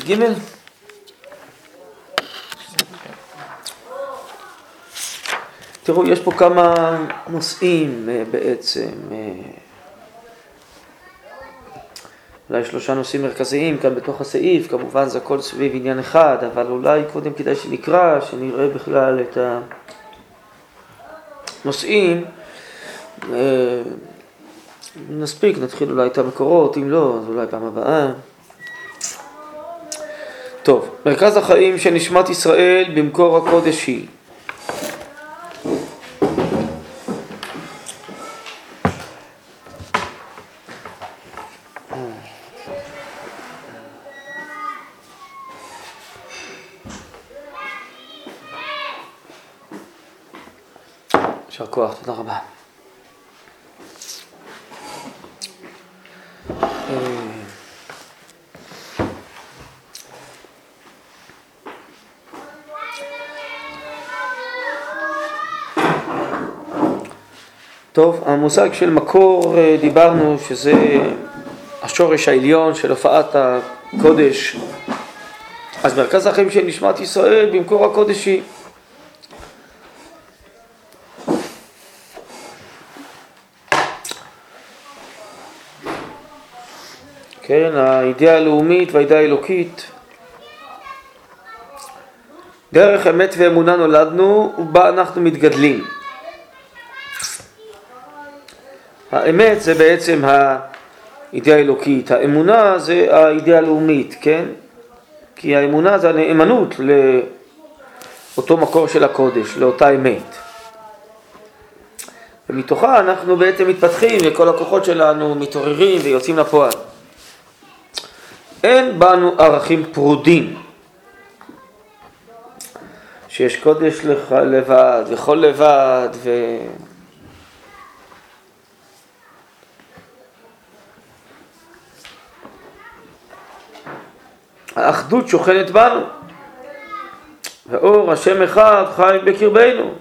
סעיף ג'. תראו, יש פה כמה נושאים בעצם, אולי 3 נושאים מרכזיים כאן בתוך הסעיף, כמובן זה הכל סביב עניין אחד, אבל אולי קודם כדאי שנקרא, שנראה בכלל את הנושאים. נספיק, נתחיל אולי את המקורות, אם לא, אז אולי פעם הבאה. טוב, מרכז החיים של נשמת ישראל במקור הקודש היא. יישר כוח, תודה רבה. טוב, המושג של מקור דיברנו שזה השורש העליון של הופעת הקודש. אז מרכז החיים של נשמת ישראל במקור הקודש היא. כן, האידאה הלאומית והאידאה האלוקית. דרך אמת ואמונה נולדנו ובה אנחנו מתגדלים. האמת זה בעצם האידאה האלוקית, האמונה זה האידאה הלאומית, כן? כי האמונה זה הנאמנות לאותו מקור של הקודש, לאותה אמת. ומתוכה אנחנו בעצם מתפתחים וכל הכוחות שלנו מתעוררים ויוצאים לפועל. אין בנו ערכים פרודים, שיש קודש לך לבד וכל לבד האחדות שוכנת בנו, ואור השם אחד חי בקרבנו.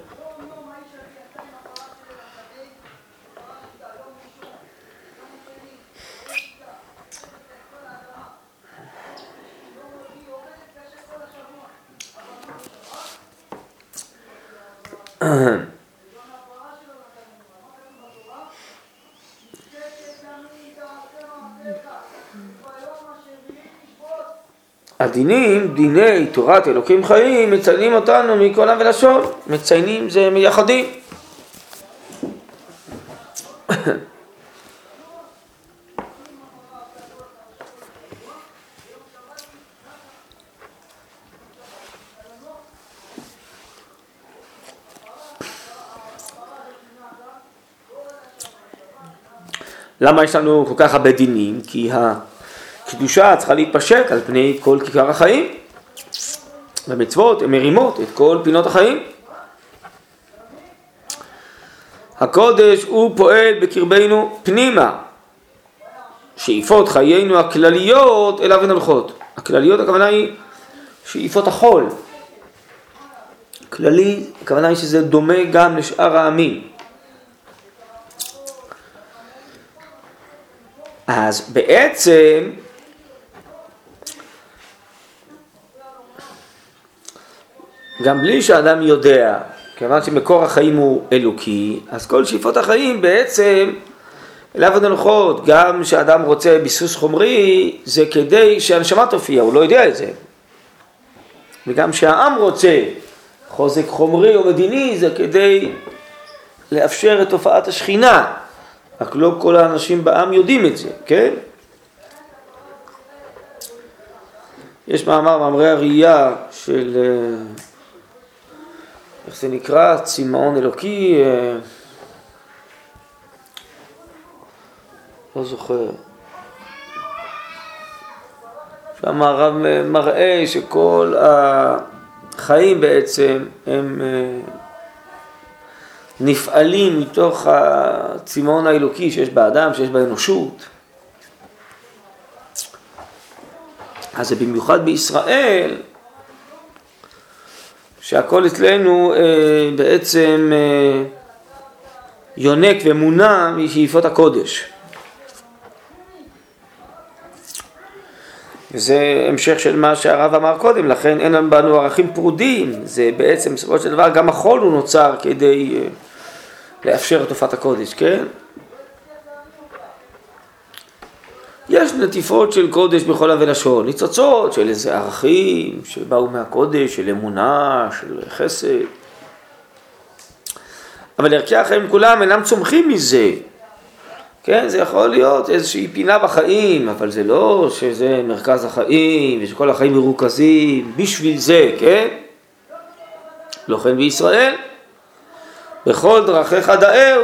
הדינים, דיני תורת אלוקים חיים, מציינים אותנו מכל עם ולשון. מציינים זה מייחדים. למה יש לנו כל כך הרבה דינים? כי הקדושה צריכה להתפשט על פני כל כיכר החיים. במצוות הן מרימות את כל פינות החיים. הקודש הוא פועל בקרבנו פנימה. שאיפות חיינו הכלליות אליו הן הולכות. הכלליות הכוונה היא שאיפות החול. כללי הכוונה היא שזה דומה גם לשאר העמים. אז בעצם גם בלי שאדם יודע, כיוון שמקור החיים הוא אלוקי, אז כל שאיפות החיים בעצם אליו הן הולכות. גם שאדם רוצה ביסוס חומרי, זה כדי שהנשמה תופיע, הוא לא יודע את זה. וגם שהעם רוצה חוזק חומרי או מדיני, זה כדי לאפשר את תופעת השכינה. רק לא כל האנשים בעם יודעים את זה, כן? יש מאמרי הראייה של, איך זה נקרא? צמאון אלוקי, לא זוכר. שם הרב מראה שכל החיים בעצם הם נפעלים מתוך הצמאון האלוקי שיש באדם, שיש באנושות. אז זה במיוחד בישראל, שהכל אצלנו בעצם יונק ומונע משאיפות הקודש. וזה המשך של מה שהרב אמר קודם, לכן אין בנו ערכים פרודים, זה בעצם בסופו של דבר גם החול הוא נוצר כדי לאפשר את תופעת הקודש, כן? יש נטיפות של קודש בכל לב ולשון, ניצוצות של איזה ערכים שבאו מהקודש, של אמונה, של חסד. אבל ערכי החיים כולם אינם צומחים מזה. כן, זה יכול להיות איזושהי פינה בחיים, אבל זה לא שזה מרכז החיים ושכל החיים מרוכזים בשביל זה, כן? לא כן בישראל. בכל דרכיך דאהו.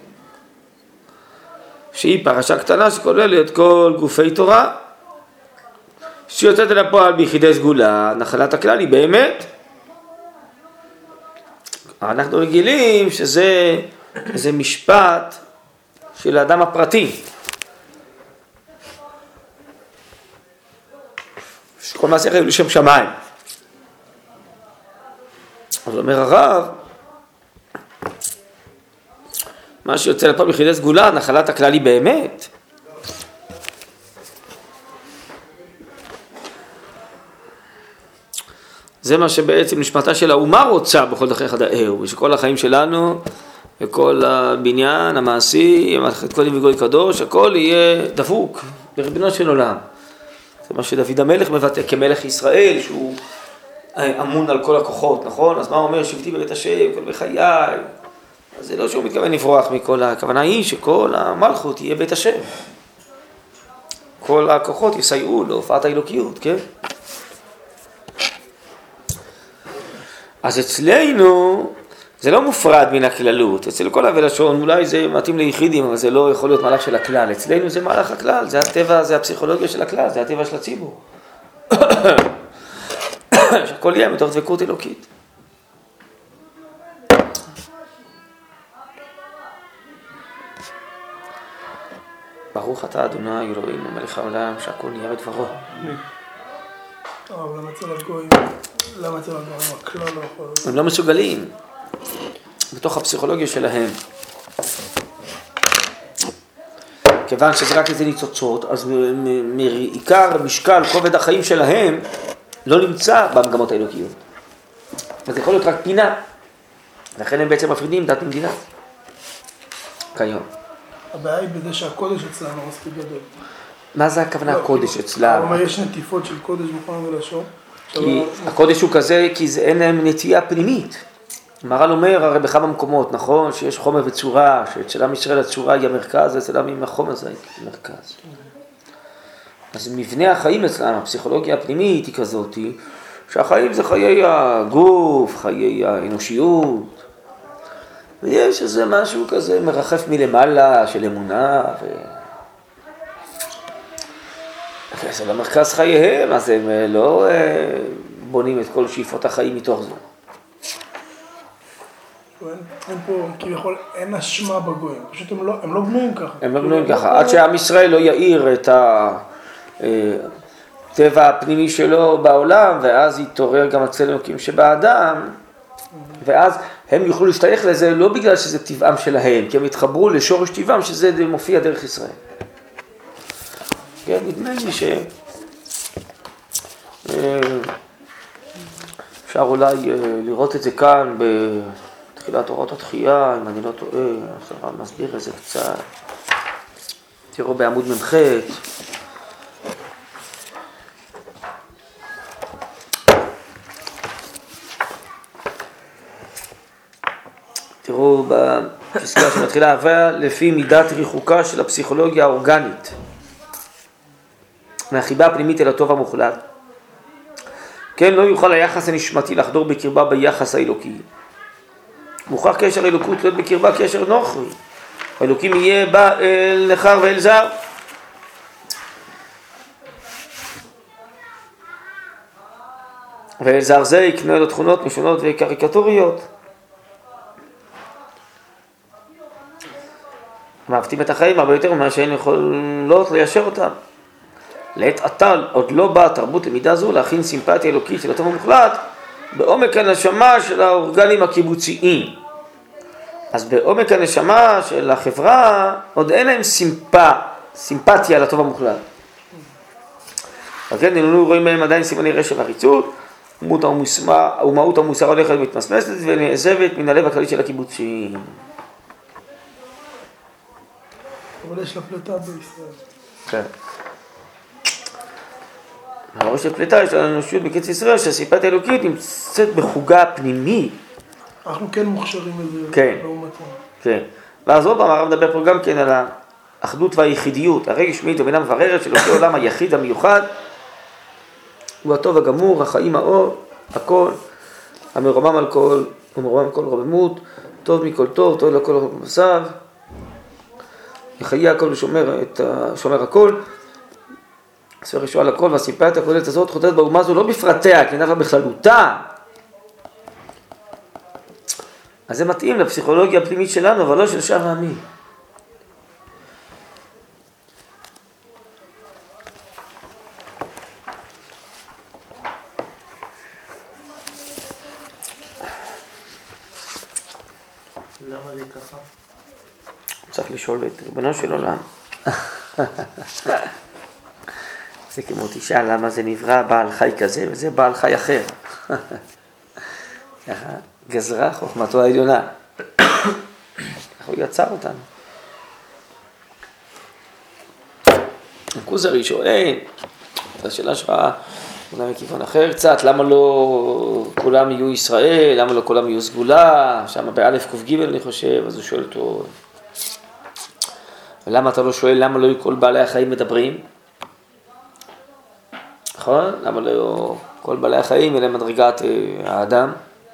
שהיא פרשה קטנה שכוללת כל גופי תורה, שיוצאת אל הפועל ביחידי סגולה, נחלת הכלל היא באמת. אנחנו רגילים שזה משפט של האדם הפרטי. שכל מעשה חייב לשם שמיים. אבל אומר הרב, מה שיוצא לפה ביחידי סגולה, נחלת הכלל היא באמת. זה מה שבעצם נשמתה של האומה רוצה בכל דרכי דאהו, ושכל החיים שלנו, וכל הבניין המעשי, את כל וגוי קדוש, הכל יהיה דבוק בריבונו של עולם. זה מה שדוד המלך מבטא כמלך ישראל, שהוא אמון על כל הכוחות, נכון? אז מה הוא אומר? שבתי בבית השם, כל בחיי. אז זה לא שהוא מתכוון לברוח מכל, הכוונה היא שכל המלכות יהיה בית השם. כל הכוחות יסייעו להופעת האלוקיות, כן? אז אצלנו זה לא מופרד מן הכללות. אצל כל הלשון אולי זה מתאים ליחידים, אבל זה לא יכול להיות מהלך של הכלל. אצלנו זה מהלך הכלל, זה הטבע, זה הפסיכולוגיה של הכלל, זה הטבע של הציבור. שהכל יהיה מתוך דבקות אלוקית. ברוך אתה אדוני אלוהינו מלך העולם שהכל נהיה בדברו. אבל למה אצל הגויים הכלל לא יכול... הם לא מסוגלים בתוך הפסיכולוגיה שלהם. כיוון שזה רק איזה ניצוצות, אז מעיקר משקל כובד החיים שלהם לא נמצא במגמות האלוקיות. אז זה יכול להיות רק פינה. לכן הם בעצם מפרידים דת ממדינה. כיום. הבעיה היא בזה שהקודש אצלנו מספיק גדול. מה זה הכוונה הקודש אצלם? הוא אומר, יש נטיפות של קודש בכל ולשון. כי הקודש הוא כזה, כי אין להם נטייה פנימית. מרן אומר, הרי בכמה מקומות, נכון? שיש חומר וצורה, שאצל עם ישראל הצורה היא המרכז, אצל עם החומר זה המרכז. אז מבנה החיים אצלם, הפסיכולוגיה הפנימית היא כזאת, שהחיים זה חיי הגוף, חיי האנושיות, ויש איזה משהו כזה מרחף מלמעלה של אמונה, זה במרכז חייהם, אז הם לא בונים את כל שאיפות החיים מתוך זה. אין פה, כביכול, אין אשמה בגויים, פשוט הם לא בנויים ככה. הם לא בנויים ככה, עד שעם ישראל לא יאיר את הטבע הפנימי שלו בעולם, ואז יתעורר גם אצל אלוקים שבאדם, ואז הם יוכלו להשתייך לזה לא בגלל שזה טבעם שלהם, כי הם יתחברו לשורש טבעם שזה מופיע דרך ישראל. כן, נדמה לי אפשר אולי לראות את זה כאן בתחילת אורות התחייה, אם אני לא טועה, אז מסביר את זה קצת. תראו בעמוד ממ"ח. תראו בפסקה שמתחילה, אבל לפי מידת ריחוקה של הפסיכולוגיה האורגנית מהחיבה הפנימית אל הטוב המוחלט, כן, לא יוכל היחס הנשמתי לחדור בקרבה ביחס האלוקי. מוכרח קשר אלוקות להיות בקרבה קשר נוכרי. האלוקים יהיה בא אל נחר ואל זר. ואל זר זה יקנה לו תכונות משונות וקריקטוריות. מעוותים את החיים הרבה יותר ממה שהן יכולות ליישר אותם. לעת עתה עוד לא באה תרבות למידה זו להכין סימפתיה אלוקית של הטוב המוחלט בעומק הנשמה של האורגנים הקיבוציים. אז בעומק הנשמה של החברה עוד אין להם סימפתיה לטוב המוחלט. אז כן, איננו רואים בהם עדיין סימני רשע ועריצות, ומהות המוסר הולכת ומתמסמסת ונעזבת מן הלב הכללי של הקיבוצים. אבל יש לה פליטה בישראל. כן. הראש של פליטה יש לנו אנושות בקץ ישראל שהסיפת האלוקית נמצאת בחוגה הפנימי. אנחנו כן מוכשרים לזה. כן. לעומתנו. כן. ואז עוד פעם הרב מדבר פה גם כן על האחדות והיחידיות, הרגש שמית ובינה מבררת של אותו עולם היחיד המיוחד, הוא הטוב הגמור, החיים האור, הכל, המרומם על כל, ומרומם כל רוממות, טוב מכל טוב, טוב לכל רוממסיו, יחיה הכל ושומר הכל, ספר ישועה לכל, והסימפתיה הכוללת הזאת חותרת באומה זו לא בפרטיה, כי נפלה בכללותה. אז זה מתאים לפסיכולוגיה הפנימית שלנו, אבל לא של שאר העמים. למה זה ככה? צריך לשאול את ריבונו של עולם. זה כמו תשאל למה זה נברא בעל חי כזה וזה בעל חי אחר. ככה גזרה חוכמתו העליונה. הוא יצר אותנו. הכוזרי שואל, את השאלה שלך אולי מכיוון אחר קצת, למה לא כולם יהיו ישראל, למה לא כולם יהיו סגולה, שם באלף קוף ג' אני חושב, אז הוא שואל אותו, ולמה אתה לא שואל למה לא כל בעלי החיים מדברים? נכון? למה לא כל בעלי החיים אלה מדרגת האדם?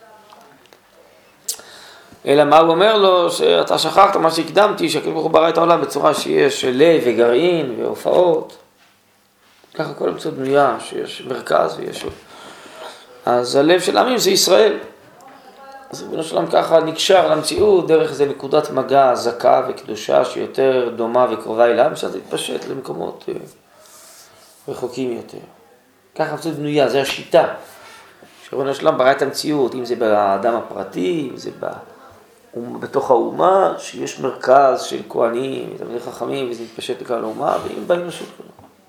אלא מה הוא אומר לו? שאתה שכחת מה שהקדמתי, שהקדוש ברוך הוא ברא את העולם בצורה שיש לב וגרעין והופעות. ככה כל המציאות בנויה, שיש מרכז ויש... אז הלב של העמים זה ישראל. אז ריבונו של עולם ככה נקשר למציאות דרך איזו נקודת מגע זכה וקדושה שיותר דומה וקרובה אליו, שזה יתפשט למקומות רחוקים יותר. ככה המציאות בנויה, זה השיטה. שריבונו של עולם ברא את המציאות, אם זה באדם הפרטי, אם זה בתוך האומה, שיש מרכז של כהנים, תלמידי חכמים, וזה יתפשט לכלל האומה, ואם באנושות כולה.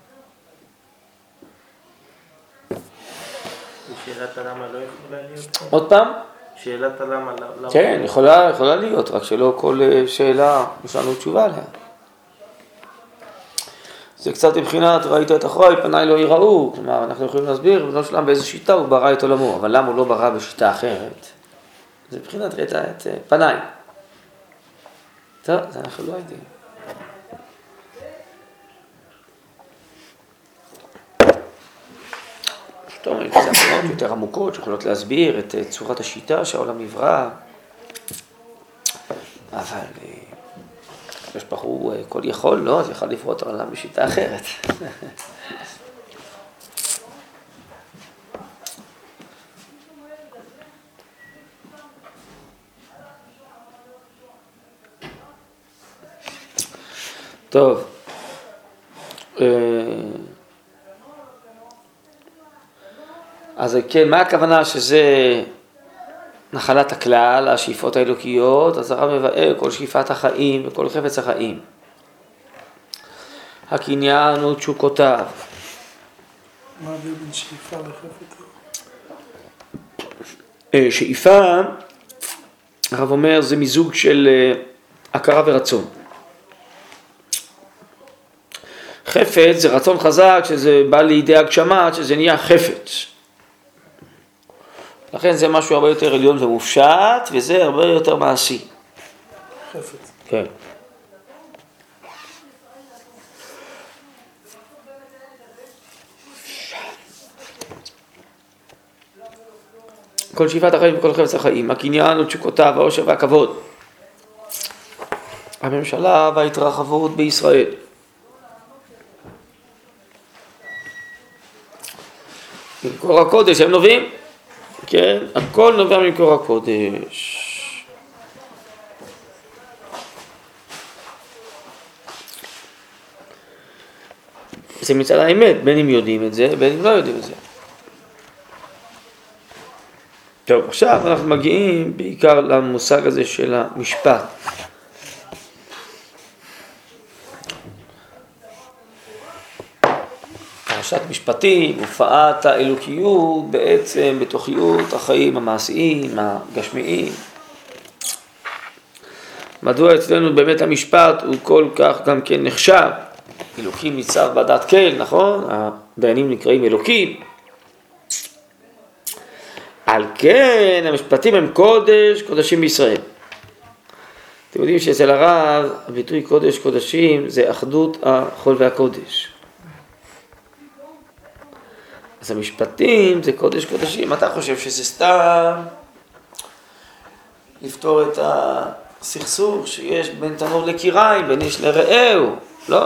שאלת הלמה לא יכולה להיות פה? עוד פעם? שאלת הלמה למה? כן, יכולה להיות, רק שלא כל שאלה יש לנו תשובה עליה. זה קצת מבחינת, ראית את אחריי, פניי לא יראו, כלומר, אנחנו יכולים להסביר, בנו שלם באיזו שיטה הוא ברא את עולמו, אבל למה הוא לא ברא בשיטה אחרת? זה מבחינת ראית את פניי. טוב, זה אנחנו לא יודעים. זאת אומרת, זה הבנות יותר עמוקות שיכולות להסביר את צורת השיטה שהעולם נברא, אבל יש בחור כל יכול, לא, אז יכל לברוא את העולם בשיטה אחרת. טוב, אז כן, מה הכוונה שזה נחלת הכלל, השאיפות האלוקיות, אז הרב מבאר כל שאיפת החיים וכל חפץ החיים. הקניין הוא תשוקותיו. מה ההבדל בין שאיפה לחפץ? שאיפה, הרב אומר, זה מיזוג של הכרה ורצון. חפץ זה רצון חזק, שזה בא לידי הגשמה, שזה נהיה חפץ. לכן זה משהו הרבה יותר עליון ומופשט, וזה הרבה יותר מעשי. חפץ. כן. כל שאיפת החיים וכל חפץ החיים, הקניין ותשוקותיו, העושר והכבוד. הממשלה וההתרחבות בישראל. ממקור הקודש הם נובעים, כן? הכל נובע ממקור הקודש. זה מצד האמת, בין אם יודעים את זה, בין אם לא יודעים את זה. טוב, עכשיו אנחנו מגיעים בעיקר למושג הזה של המשפט. פרשת פרשת משפטים, הופעת האלוקיות בעצם בתוכיות החיים המעשיים, הגשמיים. מדוע אצלנו בבית המשפט הוא כל כך גם כן נחשב? אלוקים ניצב בעדת כל, נכון? הדיינים נקראים אלוקים. על כן המשפטים הם קודש קודשים בישראל. אתם יודעים שאצל הרב הביטוי קודש קודשים זה אחדות החול והקודש. אז המשפטים זה קודש קודשים. אתה חושב שזה סתם לפתור את הסכסוך שיש בין תנור לקיריים, בין איש לרעהו? לא.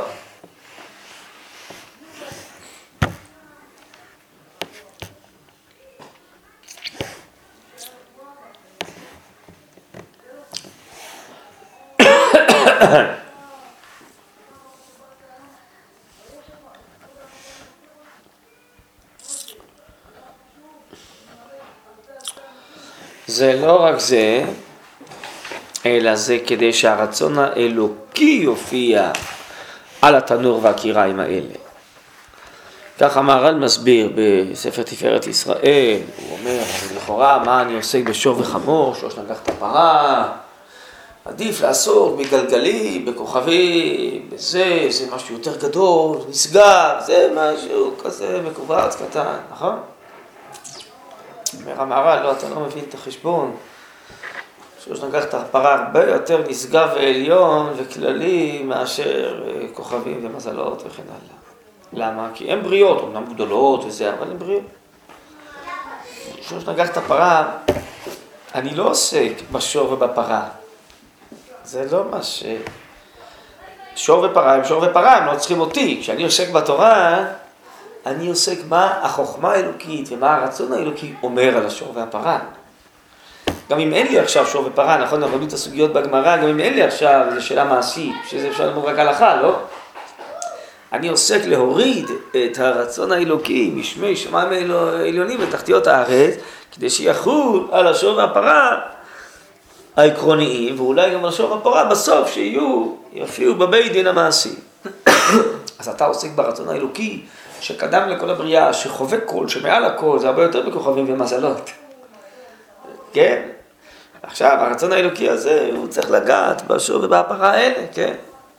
זה לא רק זה, אלא זה כדי שהרצון האלוקי יופיע על התנור והקיריים האלה. כך המהר"ל מסביר בספר תפארת ישראל, הוא אומר, לכאורה מה אני עוסק בשור וחמור, שלוש נגחת פרה, עדיף לעסוק בגלגלים, בכוכבים, בזה, זה משהו יותר גדול, נשגב, זה משהו כזה מקובץ קטן, נכון? אומר המהר"ל, לא, אתה לא מבין את החשבון. שלוש נגחת פרה הרבה יותר נשגב ועליון וכללי מאשר כוכבים ומזלות וכן הלאה. למה? כי הן בריאות, אומנם גדולות וזה, אבל הן בריאות. שלוש נגחת פרה, אני לא עוסק בשור ובפרה. זה לא מה ש... שור ופרה הם שור ופרה, הם לא צריכים אותי. כשאני עוסק בתורה, אני עוסק מה החוכמה האלוקית ומה הרצון האלוקי אומר על השור והפרה. גם אם אין לי עכשיו שור ופרה, נכון, אנחנו לומדים את הסוגיות בגמרא, גם אם אין לי עכשיו, זו שאלה מעשית, שזה אפשר לומר רק הלכה, לא? אני עוסק להוריד את הרצון האלוקי משמי שמיים העליונים לתחתיות הארץ, כדי שיחול על השור והפרה העקרוניים, ואולי גם על השור והפרה בסוף יופיעו בבית דין המעשי. אז אתה עוסק ברצון האלוקי שקדם לכל הבריאה, שחווה כל, שמעל הכל, זה הרבה יותר בכוכבים ומזלות. כן? עכשיו, הרצון האלוקי הזה, הוא צריך לגעת בשור ובפרה האלה, כן?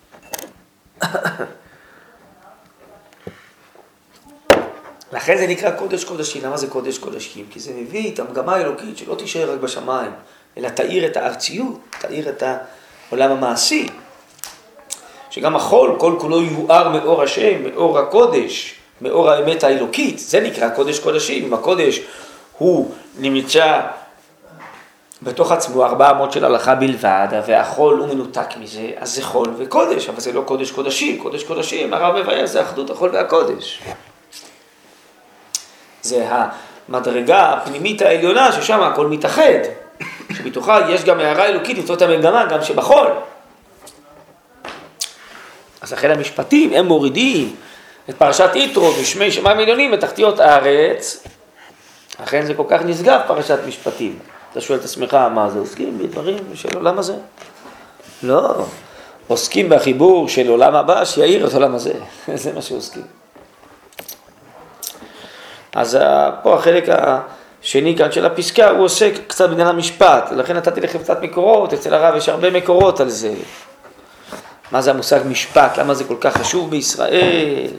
לכן זה נקרא קודש קודשים. למה זה קודש קודשים? כי זה מביא את המגמה האלוקית שלא תישאר רק בשמיים, אלא תאיר את הארציות, תאיר את העולם המעשי. שגם החול, כל כולו יואר מאור השם, מאור הקודש, מאור האמת האלוקית. זה נקרא קודש קודשים. אם הקודש הוא נמצא בתוך עצמו 400 של הלכה בלבד, והחול הוא מנותק מזה, אז זה חול וקודש, אבל זה לא קודש קודשים. קודש קודשים, הרב מבאר, זה אחדות החול והקודש. זה המדרגה הפנימית העליונה, ששם הכל מתאחד, שבתוכה יש גם הערה אלוקית, למצוא את המגמה גם שבחול. אז לכן המשפטים, הם מורידים את פרשת יתרו משמי שמיים עליונים בתחתיות הארץ, לכן זה כל כך נשגב פרשת משפטים. אתה שואל את עצמך, מה זה עוסקים בדברים של עולם הזה? לא, עוסקים בחיבור של עולם הבא שיעיר את עולם הזה, זה מה שעוסקים. אז פה החלק השני כאן של הפסקה, הוא עוסק קצת בעניין המשפט, לכן נתתי לכם קצת מקורות, אצל הרב יש הרבה מקורות על זה. מה זה המושג משפט, למה זה כל כך חשוב בישראל,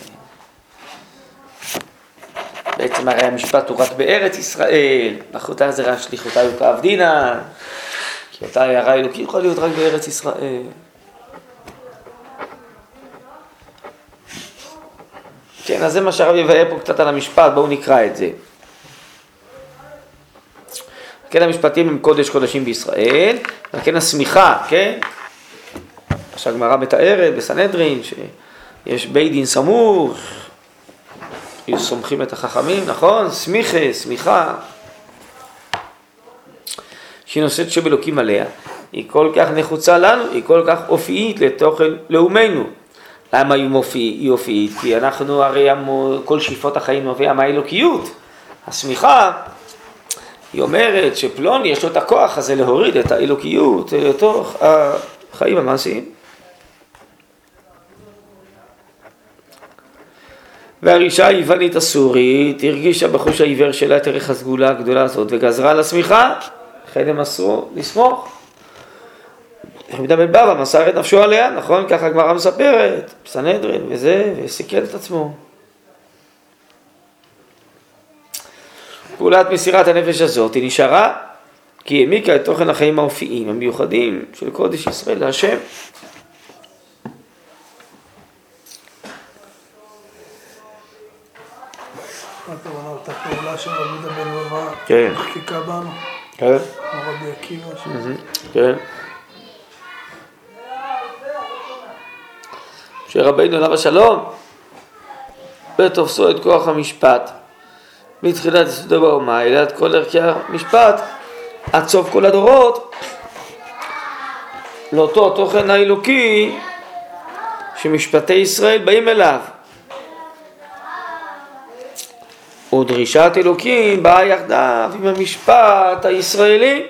בעצם הרי המשפט הוא רק בארץ ישראל, בחותה זה רק שליחותה יוקב דינה, כי אותה הערה אלוקית יכולה להיות רק בארץ ישראל. כן, אז זה מה שהרב יבאר פה קצת על המשפט, בואו נקרא את זה. כן, המשפטים הם קודש קודשים בישראל, וכן הסמיכה, כן? עכשיו גמרא מתארת בסנהדרין שיש בית דין סמוך, סומכים את החכמים, נכון? סמיכה, שהיא נושאת שבלוקים עליה, היא כל כך נחוצה לנו, היא כל כך אופיית לתוכן לאומנו. למה היא אופיית? כי אנחנו הרי כל שאיפות החיים נובע מהאלוקיות. הסמיכה, היא אומרת שפלוני יש לו את הכוח הזה להוריד את האלוקיות לתוך החיים המעשיים. והאישה היוונית הסורית הרגישה בחוש העיוור שלה את ערך הסגולה הגדולה הזאת וגזרה על השמיכה, לכן הם אסרו לסמוך. רבי בן בבא מסר את נפשו עליה, נכון? ככה הגמרא מספרת, בסנהדרין וזה, וסיכן את עצמו. פעולת מסירת הנפש הזאת היא נשארה, כי העמיקה את תוכן החיים האופיים המיוחדים של קודש ישראל להשם. מה הכוונה, אותה פעולה של רבי בן בבא, כן. חקיקה בנו, כן. כמו רבי עקיבא. כן. שרבינו עליו השלום ותופסו את כוח המשפט מתחילת יסודו באומה אלא את כל ערכי המשפט עד סוף כל הדורות לאותו תוכן האלוקי שמשפטי ישראל באים אליו, ודרישת אלוקים באה יחדיו עם המשפט הישראלי.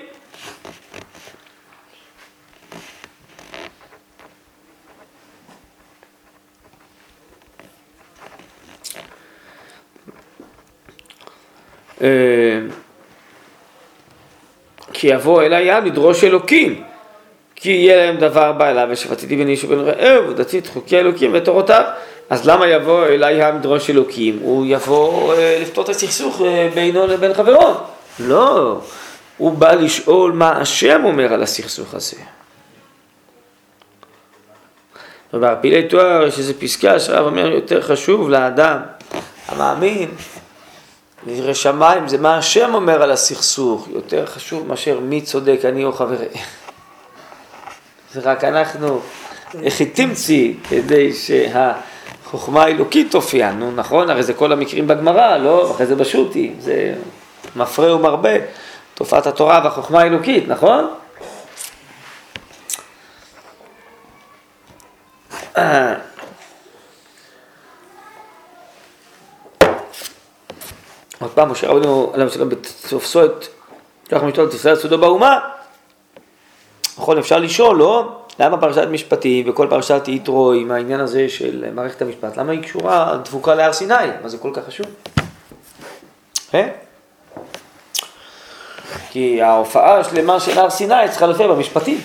כי יבוא אל הים לדרוש אלוקים, כי יהיה להם דבר בא אליו ושפטיתי בני איש ובן רעהו ודעתי את חוקי אלוקים ותורותיו. אז למה יבוא אל הים לדרוש אלוקים? הוא יבוא לפתור את הסכסוך בינו לבין חברו? לא, הוא בא לשאול מה השם אומר על הסכסוך הזה. ובערפילי תואר יש איזו פסקה שהרב אומר יותר חשוב לאדם המאמין לירא שמיים, זה מה השם אומר על הסכסוך, יותר חשוב מאשר מי צודק, אני או חברי. זה רק אנחנו איך תמציא כדי שהחוכמה האלוקית תופיע, נו נכון? הרי זה כל המקרים בגמרא, לא? אחרי זה בשו"תי, זה מפרה ומרבה, תופעת התורה והחוכמה האלוקית, נכון? עוד פעם, משה רבנו עליו השלום בתופסו את כוח משפט תפסה סודו באומה. נכון, אפשר לשאול, לא? למה פרשת משפטים וכל פרשת יתרו עם העניין הזה של מערכת המשפט, למה היא קשורה דבוקה להר סיני? מה זה כל כך חשוב? כי ההופעה השלמה של הר סיני צריכה להופיע במשפטים.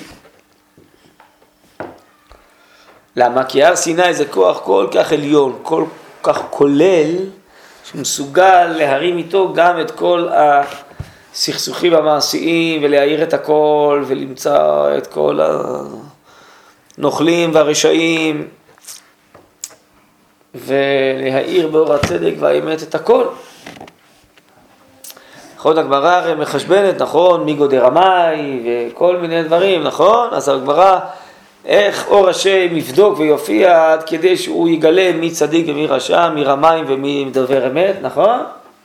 למה? כי הר סיני זה כוח כל כך עליון, כל כך כולל, שמסוגל להרים איתו גם את כל הסכסוכים המעשיים ולהעיר את הכל ולמצוא את כל הנוכלים והרשעים ולהעיר באור הצדק והאמת את הכל. נכון, הגמרא הרי מחשבנת, נכון, מיגו דרמאי וכל מיני דברים, נכון? אז הגמרא איך אור השם יבדוק ויופיע עד כדי שהוא יגלה מי צדיק ומי רשע, מי רמיים ומי מדבר אמת, נכון?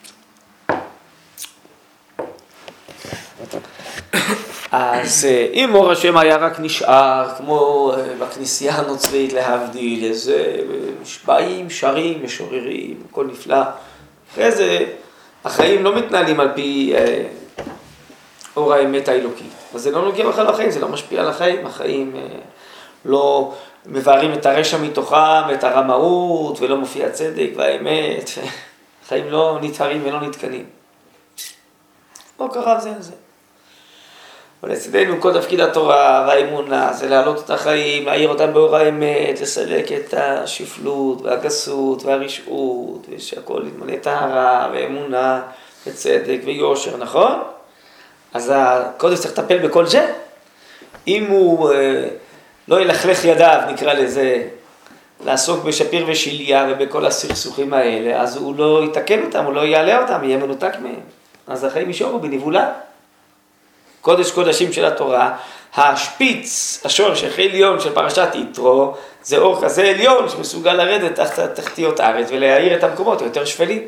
אז אם אור השם היה רק נשאר, כמו בכנסייה הנוצרית להבדיל, איזה משבעים, שרים, משוררים, הכל נפלא, אחרי זה החיים לא מתנהלים על פי אור האמת האלוקי. אז זה לא נוגע בכלל לחיים, זה לא משפיע על החיים, החיים לא מבארים את הרשע מתוכם, את הרמאות, ולא מופיע צדק והאמת, החיים לא נתהרים ולא נתקנים. לא קרה זה על זה. אבל אצלנו כל תפקיד התורה והאמונה זה להעלות את החיים, להעיר אותם באור האמת, לסלק את השפלות והגסות והרשעות, ושהכל יתמלא טהרה ואמונה וצדק ויושר, נכון? אז הקודש צריך לטפל בכל זה. אם הוא לא ילכלך ידיו, נקרא לזה, לעסוק בשפיר ושיליה ובכל הסכסוכים האלה, אז הוא לא יתקן אותם, הוא לא יעלה אותם, יהיה מנותק מהם. אז החיים יישארו בנבולה. קודש קודשים של התורה, השפיץ, השורש הכי עליון של פרשת יתרו, זה אור כזה עליון שמסוגל לרדת תחת תחתיות הארץ ולהאיר את המקומות היותר שפלים.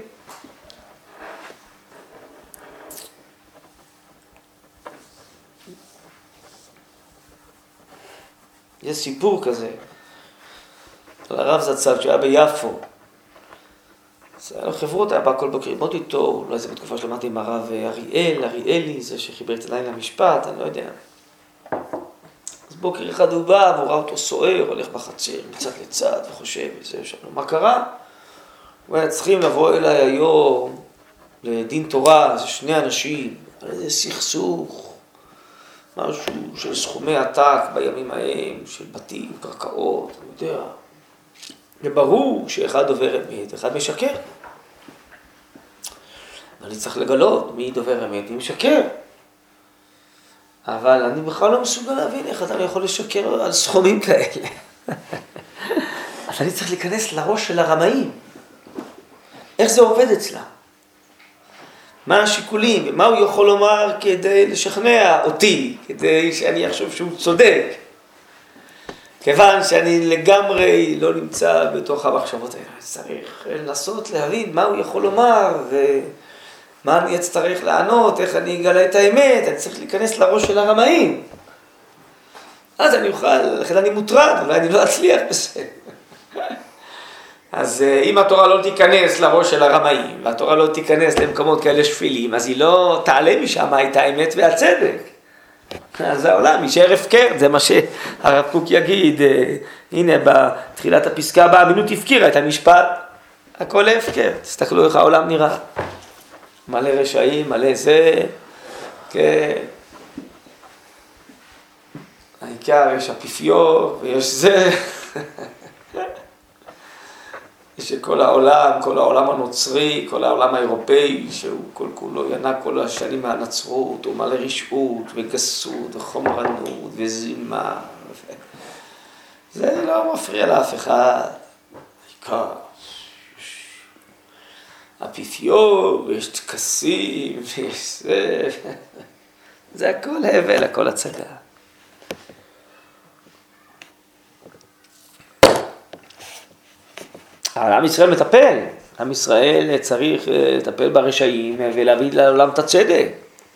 יש סיפור כזה, על הרב זצ"ל שהיה ביפו, אז היה לו חברות, היה בא כל בוקר ללמוד איתו, אולי זה בתקופה שלמדתי עם הרב אריאלי, זה שחיבר את עדיין למשפט, אני לא יודע. אז בוקר אחד הוא בא, והוא ראה אותו סוער, הולך בחצר מצד לצד וחושב, וזה, שאלו, מה קרה? הוא היה צריכים לבוא אליי היום לדין תורה, זה שני אנשים, על איזה סכסוך, משהו של סכומי עתק בימים ההם, של בתים, קרקעות, אני יודע. וברור שאחד דובר אמת, אחד משקר. אני צריך לגלות מי דובר אמת, מי משקר. אבל אני בכלל לא מסוגל להבין איך אתה יכול לשקר על סכומים כאלה. אז אני צריך להיכנס לראש של הרמאים. איך זה עובד אצלה? מה השיקולים? ומה הוא יכול לומר כדי לשכנע אותי, כדי שאני אחשוב שהוא צודק? כיוון שאני לגמרי לא נמצא בתוך המחשבות האלה. צריך לנסות להבין מה הוא יכול לומר ומה אני אצטרך לענות, איך אני אגלה את האמת, אני צריך להיכנס לראש של הרמאים. אז אני אוכל, לכן אני מוטרד, אולי אני לא אצליח בזה. אז אם התורה לא תיכנס לראש של הרמאים, והתורה לא תיכנס למקומות כאלה שפילים, אז היא לא תעלה משם את האמת והצדק. אז העולם יישאר הפקר, זה מה שהרב קוק יגיד, הנה בתחילת הפסקה הבאה, אמינות הפקירה את המשפט, הכל הפקר, תסתכלו איך העולם נראה, מלא רשעים, מלא זה, כן, העיקר יש אפיפיור ויש זה, יש כל העולם הנוצרי, כל העולם האירופאי, שהוא כל כולו ינק כל השנים מהנצרות, הוא מלא רשעות וגסות וחומרנות וזימה. זה לא מפריע לאף אחד. העיקר, אפיפיור, יש טקסים, יש זה. זה הכל הבל, הכל הצגה. אבל עם ישראל מטפל, עם ישראל צריך לטפל ברשעים ולהביא לעולם את הצדק.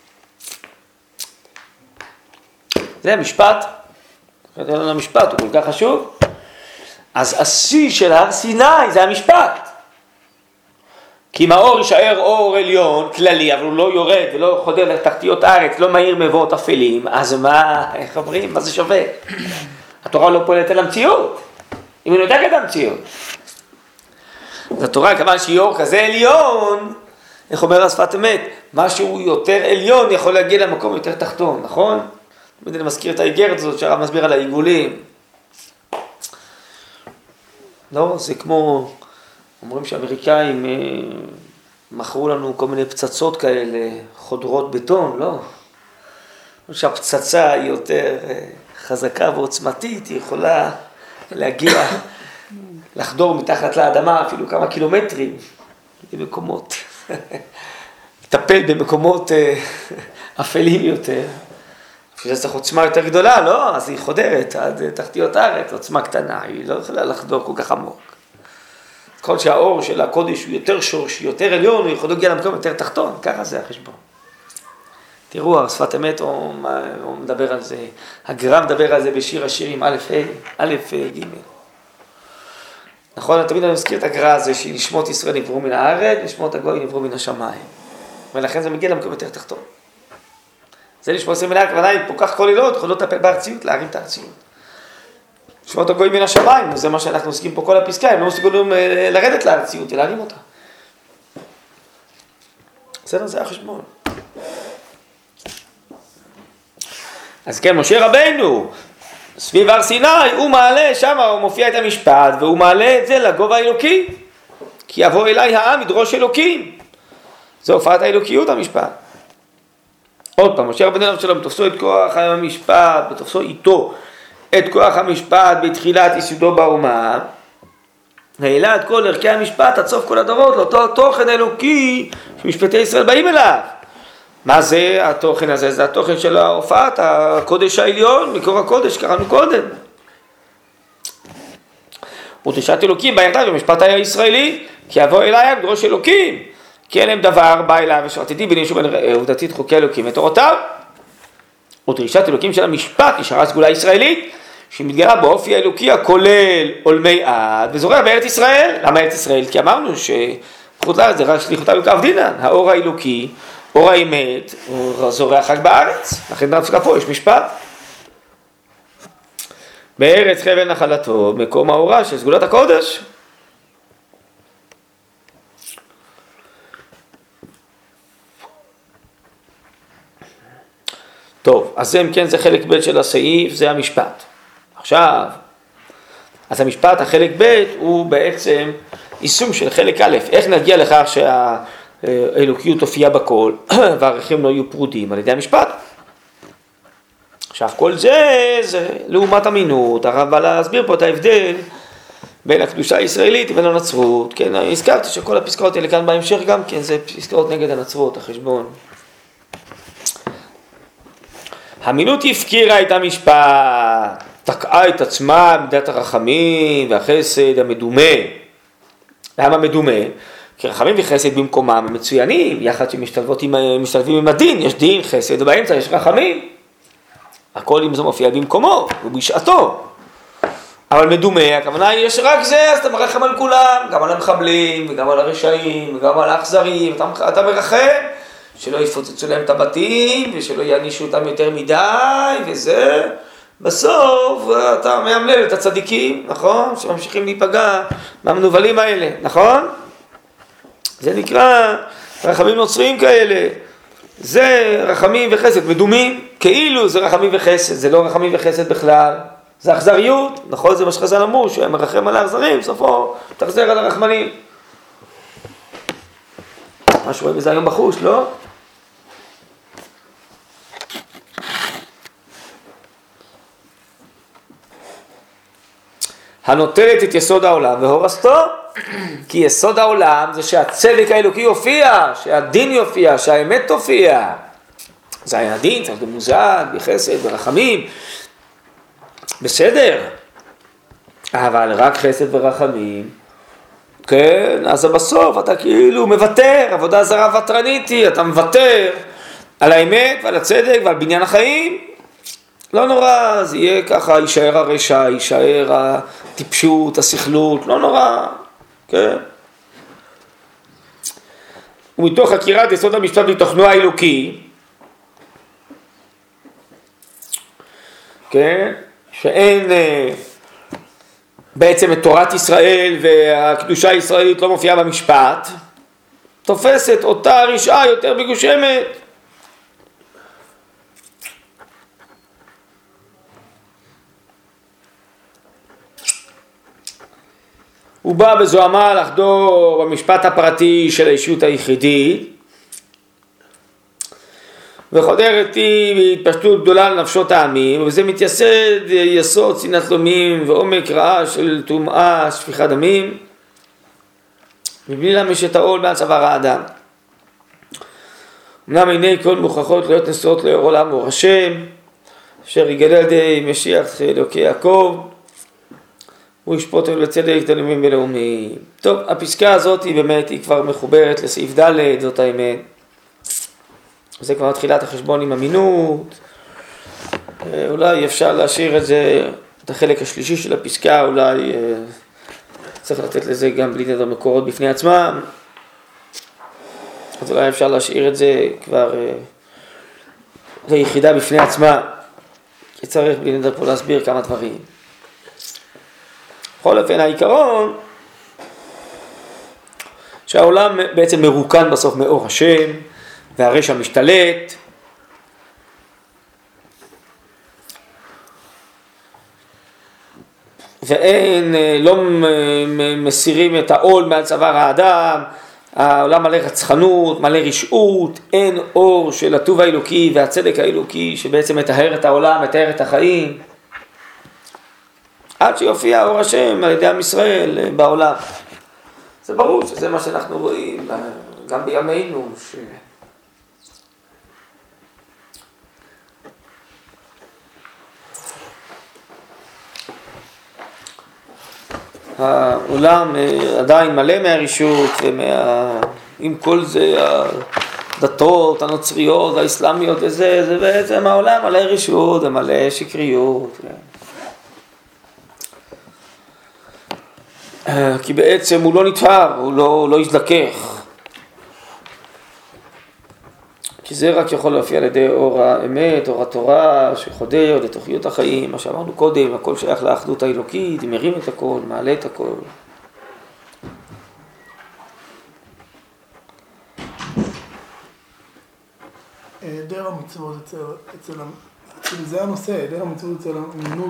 זה המשפט, המשפט הוא כל כך חשוב. אז השיא של הר סיני זה המשפט. כי אם האור יישאר אור עליון כללי, אבל הוא לא יורד ולא חודר לתחתיות הארץ, לא מאיר מבואות אפלים, אז מה, איך אומרים, מה זה שווה? התורה לא פועלת על המציאות, היא מנותקת המציאות. אז התורה, כמובן שהיא אור כזה עליון, איך אומר השפת אמת, משהו יותר עליון יכול להגיע למקום יותר תחתון, נכון? אני מזכיר את האיגרת הזאת שהרב מסביר על העיגולים. לא, זה כמו, אומרים שהאמריקאים מכרו לנו כל מיני פצצות כאלה, חודרות בטון, לא? שהפצצה היא יותר חזקה ועוצמתית, היא יכולה להגיע, לחדור מתחת לאדמה אפילו כמה קילומטרים, במקומות, לטפל במקומות אפלים יותר. בשביל זה צריך עוצמה יותר גדולה, לא? אז היא חודרת עד תחתיות הארץ, עוצמה קטנה, היא לא יכולה לחדור כל כך עמוק. כל שהאור של הקודש הוא יותר שורש, יותר עליון, הוא יכול להגיע למקום יותר תחתון, ככה זה החשבון. תראו, השפת אמת הוא מדבר על זה, הגר"א מדבר על זה בשיר השירים א' ג'. נכון, תמיד אני מזכיר את הגר"א הזה, שנשמות ישראל נבראו מן הארץ, נשמות הגוי נבראו מן השמיים. ולכן זה מגיע למקום יותר תחתון. זה נשמות ישראל מן הארץ, הכוונה היא כל כך כל עילות, יכולות לטפל בארציות, להרים את הארציות. נשמות הגוי מן השמיים, זה מה שאנחנו עוסקים פה כל הפסקה, הם לא מסוגלים לרדת לארציות, להרים אותה. בסדר, זה החשבון. אז כן, משה רבינו, סביב הר סיני, הוא מעלה שם, הוא מופיע את המשפט, והוא מעלה את זה לגובה האלוקי. כי יבוא אליי העם ידרוש אלוקים. זה הופעת האלוקיות המשפט. עוד פעם, משה רבינו עליו שלום, תופסו את כוח המשפט, ותופסו איתו את כוח המשפט בתחילת יסודו באומה. העלה את כל ערכי המשפט עד סוף כל הדורות, לאותו תוכן האלוקי שמשפטי ישראל באים אליו. מה זה התוכן הזה? זה התוכן של ההופעת, הקודש העליון, מקור הקודש, קראנו קודם. ודרישת אלוקים בירדה במשפט הישראלי, כי יבוא אליי דרוש אלוקים, כי אין להם דבר, בא אליו ושרתתי בני שוב עובדתית חוקי אלוקים ותורותיו. ודרישת אלוקים של המשפט נשארה סגולה ישראלית, שמתגלה באופי האלוקי הכולל עולמי עד וזורע בארץ ישראל. למה ארץ ישראל? כי אמרנו שחוץ לארץ זה רק שליחותינו כעבדינן, האור האלוקי, אור האמת, הוא זורח רק בארץ, לכן דווקא פה יש משפט. בארץ חבל נחלתו, מקום האורה של סגולת הקודש. טוב, אז זה אם כן זה חלק ב' של הסעיף, זה המשפט. עכשיו, אז המשפט, החלק ב' הוא בעצם יישום של חלק א', איך נגיע לכך שהאלוקיות תופיע בכל והערכים לא יהיו פרודים על ידי המשפט. עכשיו כל זה לעומת אמינות, הרב בא להסביר פה את ההבדל בין הקדושה הישראלית ובין הנצרות, כן, הזכרתי שכל הפסקאות האלה כאן בהמשך גם כן, זה פסקאות נגד הנצרות, החשבון. האמינות הפקירה את המשפט, תקעה את עצמה מידת הרחמים והחסד המדומה. למה מדומה? כי רחמים וחסד במקומם הם מצוינים, יחד שמשתלבים עם הדין, יש דין, חסד, ובאמצע יש רחמים. הכל אם זה מופיע במקומו ובשעתו. אבל מדומה, הכוונה היא, יש רק זה, אז אתה מרחם על כולם, גם על המחבלים, וגם על הרשעים, וגם על האכזרים, אתה מרחם, שלא יפוצצו להם את הבתים, ושלא יענישו אותם יותר מדי, וזה, בסוף אתה מאמלל את הצדיקים, נכון? שממשיכים להיפגע מהמנובלים האלה, נכון? זה נקרא רחמים נוצריים כאלה, זה רחמים וחסד, מדומים, כאילו זה רחמים וחסד, זה לא רחמים וחסד בכלל, זה אכזריות, נכון? זה מה שחז"ל אמרו, שהם מרחם על האכזרים, סופו תחזר על הרחמנים. מה שרואים בזה היום בחוש, לא? הנוטלת את יסוד העולם והורסתו, כי יסוד העולם זה שהצדק האלוקי יופיע, שהדין יופיע, שהאמת תופיע. זה היה הדין, צריך גם מוזג, בחסד, ברחמים. בסדר, אבל רק חסד ורחמים, כן, אז בסוף אתה כאילו מוותר, עבודה זרה וטרניתי, אתה מוותר על האמת ועל הצדק ועל בניין החיים. לא נורא, זה יהיה ככה, יישאר הרשע, יישאר הטיפשות, הסכלות, לא נורא, כן. ומתוך הכירת יסוד המשפט מתוכנו האלוקי, כן, שאין בעצם את תורת ישראל והקדושה הישראלית לא מופיעה במשפט, תופסת אותה רשעה יותר מגושמת. הוא בא בזוהמה לחדור במשפט הפרטי של האישות היחידית, וחודרת היא בהתפשטות גדולה לנפשות העמים, וזה מתייסד יסוד שנאת לומים ועומק רעה של טומאה, שפיכת דמים, מבלי להמש את העול מעל צוואר האדם. אמנם עיני כל מוכרחות להיות נשואות לאור עולם אור השם, אשר יגלה על ידי משיח אלוקי יעקב, הוא ישפוט בצדק דמים ולאומים. טוב, הפסקה הזאת היא באמת, היא כבר מחוברת לסעיף ד', זאת האמת. זה כבר תחילת החשבון עם אמינות. אולי אפשר להשאיר את זה, את החלק השלישי של הפסקה, אולי צריך לתת לזה גם בלי נדר מקורות בפני עצמם. אז אולי אפשר להשאיר את זה כבר ליחידה בפני עצמה. כי צריך בלי נדר פה להסביר כמה דברים. בכל אופן העיקרון שהעולם בעצם מרוקן בסוף מאור השם והרשע משתלט, ואין, לא מסירים את העול מעל צוואר האדם, העולם מלא רצחנות, מלא רשעות, אין אור של הטוב האלוקי והצדק האלוקי שבעצם מטהר את העולם, מטהר את החיים, עד שיופיע אור השם על ידי עם ישראל בעולם. זה ברור שזה מה שאנחנו רואים גם בימינו, העולם עדיין מלא מהרשות עם כל זה הדתות הנוצריות והאסלאמיות וזה, זה בעצם העולם מלא רשות ומלא שקריות. כי בעצם הוא לא נתפר, הוא לא יזדכך. כי זה רק יכול להופיע על ידי אור האמת, אור התורה, שחודר לתוכיות החיים, מה שאמרנו קודם, הכל שייך לאחדות האלוקית, מרים את הכל, מעלה את הכל. היעדר המצוות זה הנושא, היעדר המצוות אצל המינות,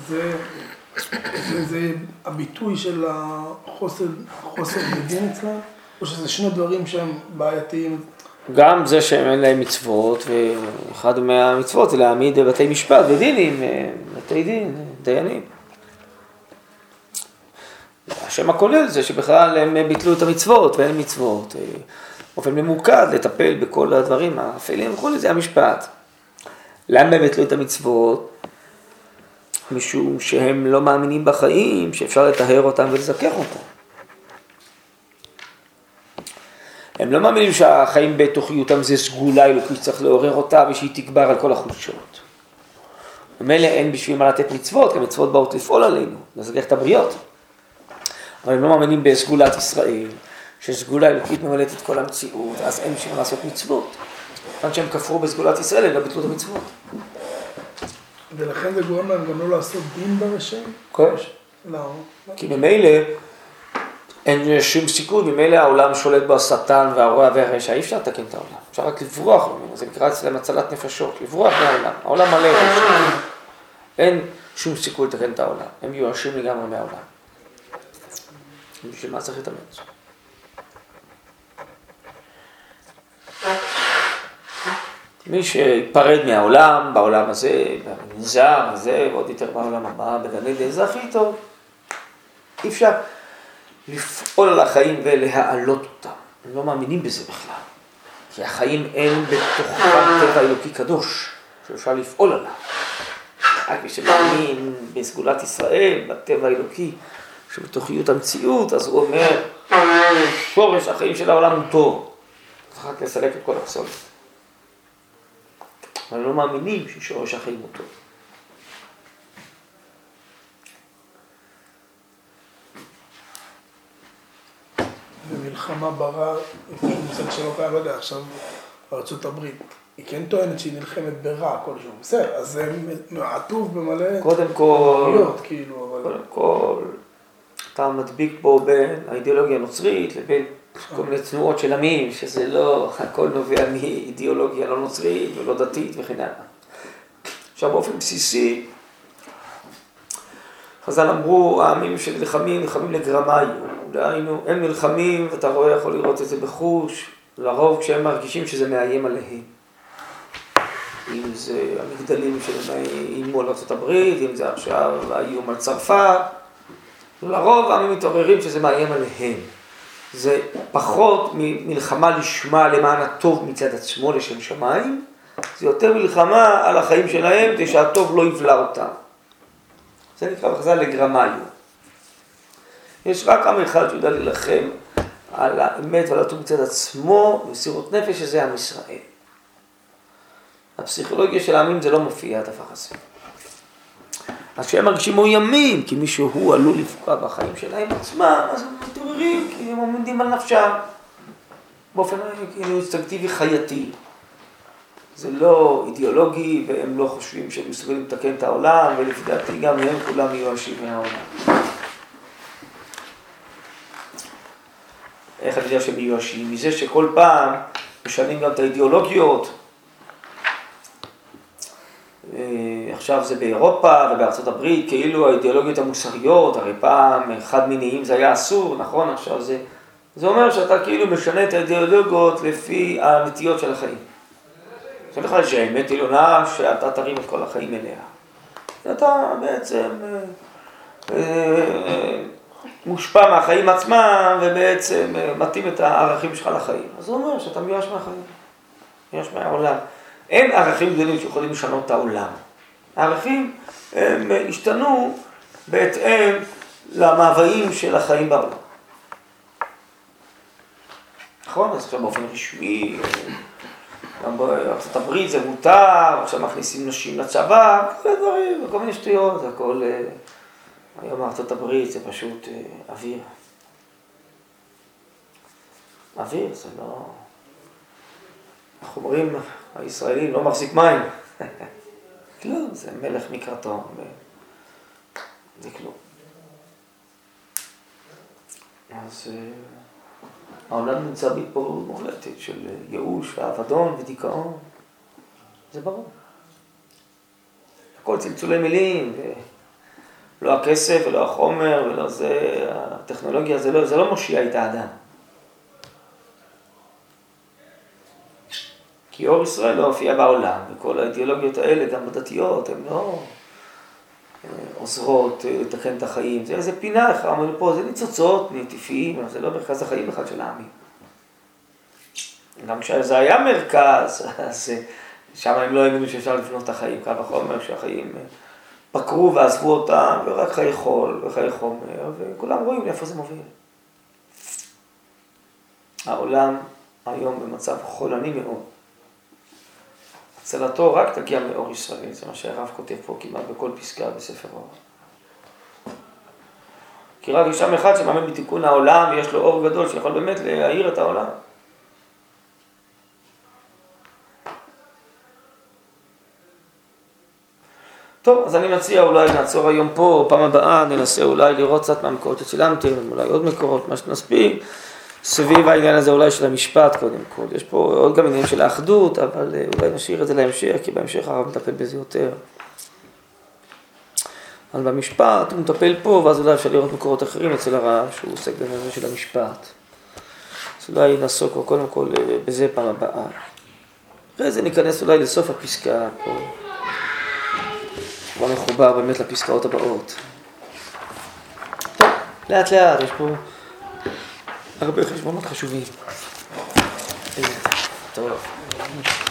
זה הביטוי של החוסר בדין אצלם, או שזה שני דברים שהם בעייתיים? גם זה שהם אין להם מצוות, ואחד מהמצוות זה להעמיד בתי משפט ודינים, בתי דין, דיינים. השם הכולל זה שבכלל הם ביטלו את המצוות ואין מצוות, באופן ממוקד לטפל בכל הדברים האפלים וכו', זה המשפט. למה הם ביטלו את המצוות? משום שהם לא מאמינים בחיים, שאפשר לטהר אותם ולזכר אותם. הם לא מאמינים שהחיים בתוכיותם זה סגולה אלוקית, צריך לעורר אותה ושהיא תגבר על כל החולשות. במילא אין בשביל מה לתת מצוות, כי המצוות באות לפעול עלינו, לזכך את הבריות. אבל הם לא מאמינים בסגולת ישראל, שסגולה אלוקית ממלאת את כל המציאות, אז אין בשביל מה לעשות מצוות. כיוון שהם כפרו בסגולת ישראל, הם לא ביטלו את המצוות. ולכן זה גורם להם גם לא לעשות דין ברשם? כן. לא. כי במילא אין שום סיכוי, ממילא העולם שולט בו השטן והרוע והרשע, אי אפשר לתקן את העולם. אפשר רק לברוח ממנו, זה נקרא אצלם הצלת נפשות, לברוח מהעולם. העולם מלא רשע. אין שום סיכוי לתקן את העולם, הם מיואשים לגמרי מהעולם. בשביל מה צריך להתאמץ? מי שיפרד מהעולם, בעולם הזה, במנזר הזה, ועוד יותר בעולם הבא, בגן עדן, זה הכי טוב. אי אפשר לפעול על החיים ולהעלות אותם. הם לא מאמינים בזה בכלל. כי החיים אין בתוכם טבע אלוקי קדוש, שאפשר לפעול עליו. רק מי שמאמין בסגולת ישראל, בטבע האלוקי, שבתוכיות המציאות, אז הוא אומר, שורש החיים של העולם הוא טוב. צריך רק לסלק את כל הפסולת. אבל לא מאמינים ששורש החיים הוא טוב. במלחמה ברע, לפי מושג שלא קיים, לא יודע, עכשיו בארצות הברית, היא כן טוענת שהיא נלחמת ברע כלשהו, בסדר, אז זה מעטוב במלא... קודם כל, כאילו, אתה מדביק פה בין האידיאולוגיה הנוצרית לבין כל מיני תנועות של עמים, שזה לא, הכל נובע מאידיאולוגיה לא נוצרית ולא דתית וכן הלאה. עכשיו באופן בסיסי, חז"ל אמרו, העמים שנלחמים, נלחמים לגרמאיות. דהיינו, הם נלחמים, ואתה רואה, יכול לראות את זה בחוש, לרוב כשהם מרגישים שזה מאיים עליהם. אם זה המגדלים שאיימו על ארצות הברית, אם זה עכשיו האיום על צרפת, לרוב העמים מתעוררים שזה מאיים עליהם. זה פחות מלחמה לשמה למען הטוב מצד עצמו לשם שמיים, זה יותר מלחמה על החיים שלהם, כדי שהטוב לא יבלע אותם. זה נקרא בחז"ל לגרמאיות. יש רק עם אחד שיודע להילחם על האמת ועל הטוב מצד עצמו, במסירות נפש, שזה עם ישראל. הפסיכולוגיה של העמים זה לא מופיע, הדבר הזה. אז כשהם מרגישים מאוימים, כי מישהו עלול לפגוע בחיים שלהם עצמם, אז הם מתעוררים, כי הם עומדים על נפשם. באופן אינסטינקטיבי חייתי. זה לא אידיאולוגי, והם לא חושבים שהם מסוגלים לתקן את העולם, ולפי דעתי גם הם כולם מיואשים מהעולם. איך אני יודע שהם מיואשים? מזה שכל פעם משנים גם את האידיאולוגיות. עכשיו זה באירופה ובארצות הברית, כאילו האידיאולוגיות המוסריות, הרי פעם חד מיניים זה היה אסור, נכון? עכשיו זה אומר שאתה כאילו משנה את האידיאולוגיות לפי הנטיות של החיים. זה בכלל שהאמת עליונה שאתה תרים את כל החיים אליה. אתה בעצם מושפע מהחיים עצמם ובעצם מתאים את הערכים שלך לחיים. אז זה אומר שאתה מיואש מהחיים, מיואש מהעולם. אין ערכים גדולים שיכולים לשנות את העולם. הערכים הם השתנו בהתאם למאוויים של החיים בעולם. נכון? אז עכשיו באופן רשמי, גם בארצות הברית זה מותר, עכשיו מכניסים נשים לצבא, כל הדברים, כל מיני שטויות, הכל, היום בארצות הברית זה פשוט אוויר. אוויר זה לא... אנחנו אומרים, הישראלים לא מחזיק מים. כלום, זה מלך מקראתו. זה כלום. אז העולם נמצא בהתפוררות מוחלטת של ייאוש ואבדון ודיכאון. זה ברור. הכל צלצולי מילים, לא הכסף ולא החומר ולא זה, הטכנולוגיה, זה לא מושיע את האדם. כי אור ישראל לא הופיע בעולם, וכל האידיאולוגיות האלה, גם בדתיות, הן לא עוזרות לתקן את החיים. זה איזה פינה, איך אמרנו פה, זה ניצוצות, נטיפים, זה לא מרכז החיים אחד של העמים. גם כשזה היה מרכז, אז שם הם לא האמינו שאפשר לבנות את החיים, קו החומר, שהחיים פקרו ועזבו אותם, ורק חיי חול וחיי חומר, וכולם רואים לאיפה זה מוביל. העולם היום במצב חולני מאוד. הצלתו רק תגיע מאור ישראל, זה מה שהרב כותב פה כמעט בכל פסקה בספר אור. כי רק יש שם אחד שמאמין בתיקון העולם ויש לו אור גדול שיכול באמת להאיר את העולם. טוב, אז אני מציע אולי נעצור היום פה, פעם הבאה ננסה אולי לראות קצת מהמקורות שצילמתם, אולי עוד מקורות, מה שנספיק. סביב העניין הזה אולי של המשפט קודם כל. יש פה עוד גם עניינים של האחדות, אבל אולי נשאיר את זה להמשך, כי בהמשך הרב מטפל בזה יותר. אבל במשפט הוא מטפל פה, ואז אולי אפשר לראות מקורות אחרים אצל הרב, שהוא עוסק בנושא של המשפט. אז אולי נעסוק קודם כל בזה פעם הבאה. אחרי זה ניכנס אולי לסוף הפסקה פה. הוא מחובר באמת לפסקאות הבאות. טוב, לאט לאט, יש פה הרבה חשבונות חשובים. טוב.